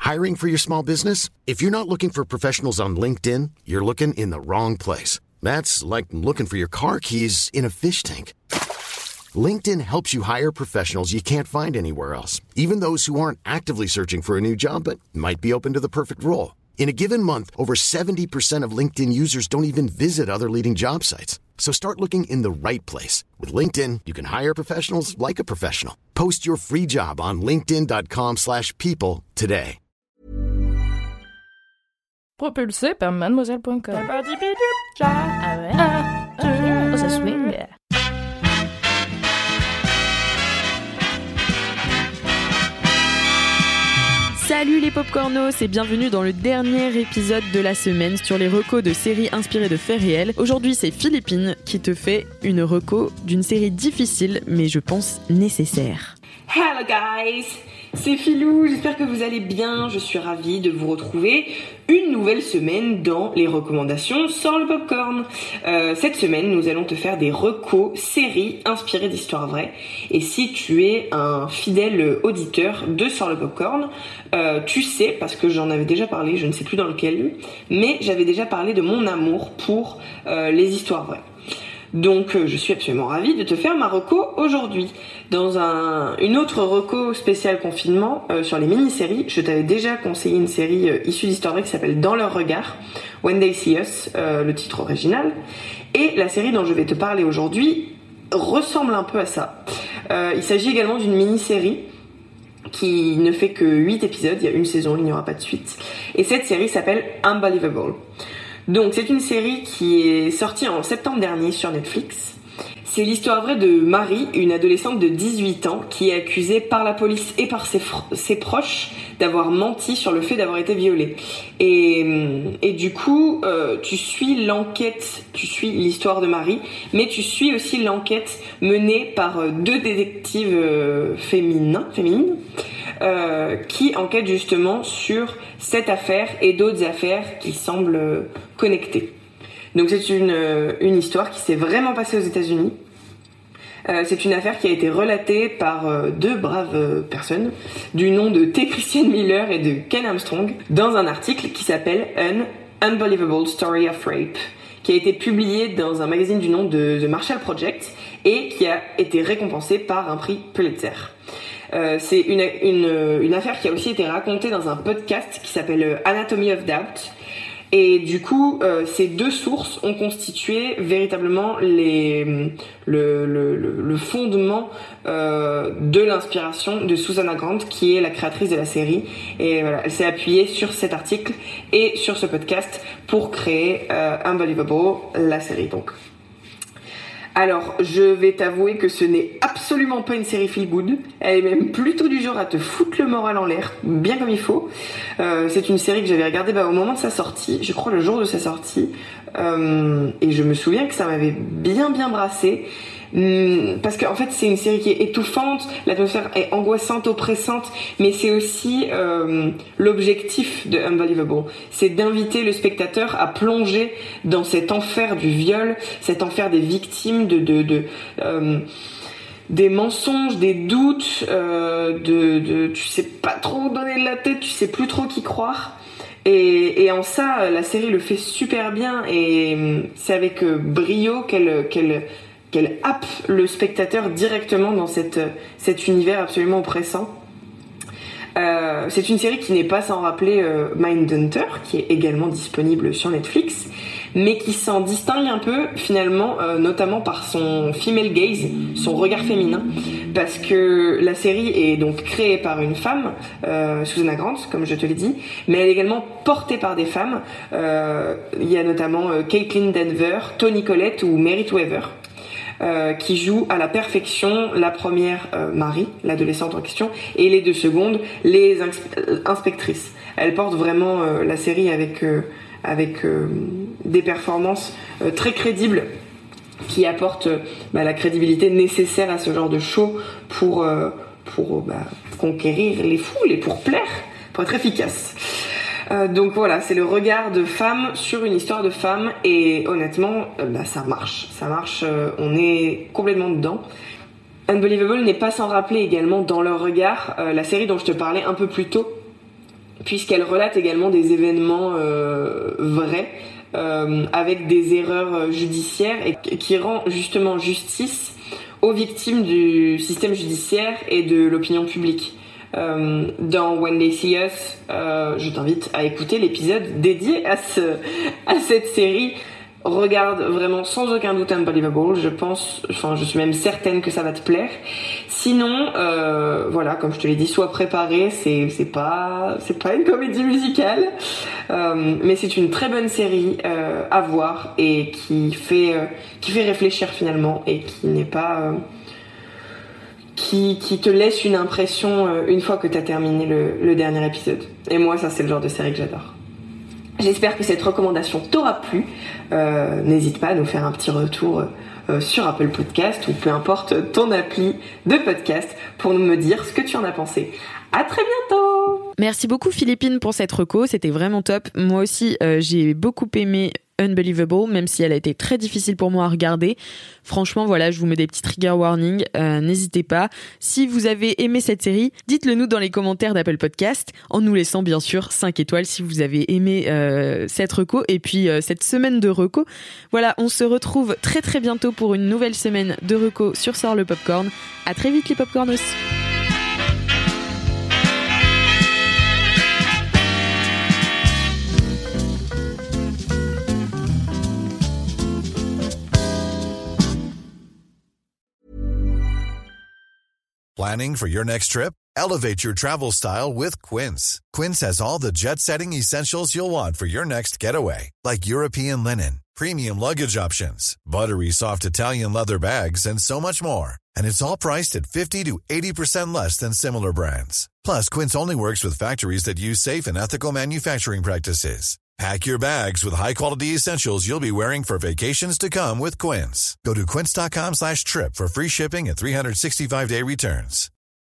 Hiring for your small business? If you're not looking for professionals on LinkedIn, you're looking in the wrong place. That's like looking for your car keys in a fish tank. LinkedIn helps you hire professionals you can't find anywhere else, even those who aren't actively searching for a new job but might be open to the perfect role. In a given month, over 70% of LinkedIn users don't even visit other leading job sites. So start looking in the right place. With LinkedIn, you can hire professionals like a professional. Post your free job on linkedin.com/people today. Propulsé par mademoiselle.com. Ah ouais. Oh, ça swing. Salut les popcornos et bienvenue dans le dernier épisode de la semaine sur les recos de séries inspirées de faits réels. Aujourd'hui c'est Philippine qui te fait une reco d'une série difficile mais je pense nécessaire. Hello guys, c'est Philou, j'espère que vous allez bien, je suis ravie de vous retrouver une nouvelle semaine dans les recommandations sans le popcorn. Cette semaine, nous allons te faire des recos séries inspirées d'histoires vraies. Et si tu es un fidèle auditeur de Sans le popcorn, tu sais, parce que j'en avais déjà parlé, je ne sais plus dans lequel, mais j'avais déjà parlé de mon amour pour les histoires vraies. Donc je suis absolument ravie de te faire ma reco aujourd'hui. Dans une autre reco spéciale confinement sur les mini-séries, je t'avais déjà conseillé une série issue d'histoire vraie qui s'appelle Dans leur regard, When They See Us, le titre original. Et la série dont je vais te parler aujourd'hui ressemble un peu à ça. Il s'agit également d'une mini-série qui ne fait que 8 épisodes, il y a une saison, il n'y aura pas de suite. Et cette série s'appelle Unbelievable. Donc c'est une série qui est sortie en septembre dernier sur Netflix. C'est l'histoire vraie de Marie, une adolescente de 18 ans qui est accusée par la police et par ses proches d'avoir menti sur le fait d'avoir été violée. Et du coup, tu suis l'enquête, tu suis l'histoire de Marie, mais tu suis aussi l'enquête menée par deux détectives féminines qui enquêtent justement sur cette affaire et d'autres affaires qui semblent connectées. Donc c'est une histoire qui s'est vraiment passée aux États-Unis. C'est une affaire qui a été relatée par deux braves personnes du nom de T. Christian Miller et de Ken Armstrong dans un article qui s'appelle An Unbelievable Story of Rape, qui a été publié dans un magazine du nom de The Marshall Project et qui a été récompensé par un prix Pulitzer. C'est une affaire qui a aussi été racontée dans un podcast qui s'appelle Anatomy of Doubt. Et du coup, ces deux sources ont constitué véritablement le fondement de l'inspiration de Susanna Grant, qui est la créatrice de la série. Et voilà, elle s'est appuyée sur cet article et sur ce podcast pour créer Unbelievable, la série donc. Alors, je vais t'avouer que ce n'est absolument pas une série feel good. Elle est même plutôt du genre à te foutre le moral en l'air, bien comme il faut. C'est une série que j'avais regardée au moment de sa sortie, je crois le jour de sa sortie. Et je me souviens que ça m'avait bien brassé. Parce qu'en fait c'est une série qui est étouffante, l'atmosphère est angoissante, oppressante, mais c'est aussi l'objectif de Unbelievable, c'est d'inviter le spectateur à plonger dans cet enfer du viol, cet enfer des victimes, des mensonges, des doutes, tu sais pas trop où donner de la tête, tu sais plus trop qui croire. Et en ça, la série le fait super bien, et c'est avec brio qu'elle happe le spectateur directement dans cet univers absolument oppressant. C'est une série qui n'est pas sans rappeler Mindhunter, qui est également disponible sur Netflix, mais qui s'en distingue un peu finalement, notamment par son female gaze, son regard féminin, parce que la série est donc créée par une femme, Susanna Grant, comme je te l'ai dit, mais elle est également portée par des femmes. Il y a notamment Caitlin Denver, Toni Collette ou Merit Weaver. Qui joue à la perfection la première Marie, l'adolescente en question, et les deux secondes, les inspectrices. Elle porte vraiment la série avec des performances très crédibles qui apportent la crédibilité nécessaire à ce genre de show pour conquérir les foules et pour plaire, pour être efficace. Donc voilà, c'est le regard de femme sur une histoire de femme, et honnêtement, ça marche, on est complètement dedans. Unbelievable n'est pas sans rappeler également Dans leur regard, la série dont je te parlais un peu plus tôt, puisqu'elle relate également des événements vrais, avec des erreurs judiciaires, et qui rend justement justice aux victimes du système judiciaire et de l'opinion publique. Dans When They See Us, je t'invite à écouter l'épisode dédié à cette série. Regarde vraiment sans aucun doute Unbelievable, je suis même certaine que ça va te plaire. Sinon, voilà, comme je te l'ai dit, sois préparé, c'est pas une comédie musicale, mais c'est une très bonne série à voir et qui fait réfléchir finalement, et qui n'est pas qui te laisse une impression une fois que t'as terminé le dernier épisode. Et moi, ça c'est le genre de série que j'adore. J'espère que cette recommandation t'aura plu. N'hésite pas à nous faire un petit retour sur Apple Podcast ou peu importe ton appli de podcast pour me dire ce que tu en as pensé. À très bientôt. Merci beaucoup Philippine pour cette reco, c'était vraiment top. Moi aussi, j'ai beaucoup aimé Unbelievable, même si elle a été très difficile pour moi à regarder. Franchement, voilà, je vous mets des petits trigger warnings. N'hésitez pas. Si vous avez aimé cette série, dites-le nous dans les commentaires d'Apple Podcast, en nous laissant bien sûr 5 étoiles si vous avez aimé cette reco et puis cette semaine de reco. Voilà, on se retrouve très très bientôt pour une nouvelle semaine de reco sur Sort le Popcorn. À très vite les Popcornos. Planning for your next trip? Elevate your travel style with Quince. Quince has all the jet-setting essentials you'll want for your next getaway, like European linen, premium luggage options, buttery soft Italian leather bags, and so much more. And it's all priced at 50 to 80% less than similar brands. Plus, Quince only works with factories that use safe and ethical manufacturing practices. Pack your bags with high-quality essentials you'll be wearing for vacations to come with Quince. Go to quince.com/trip for free shipping and 365-day returns.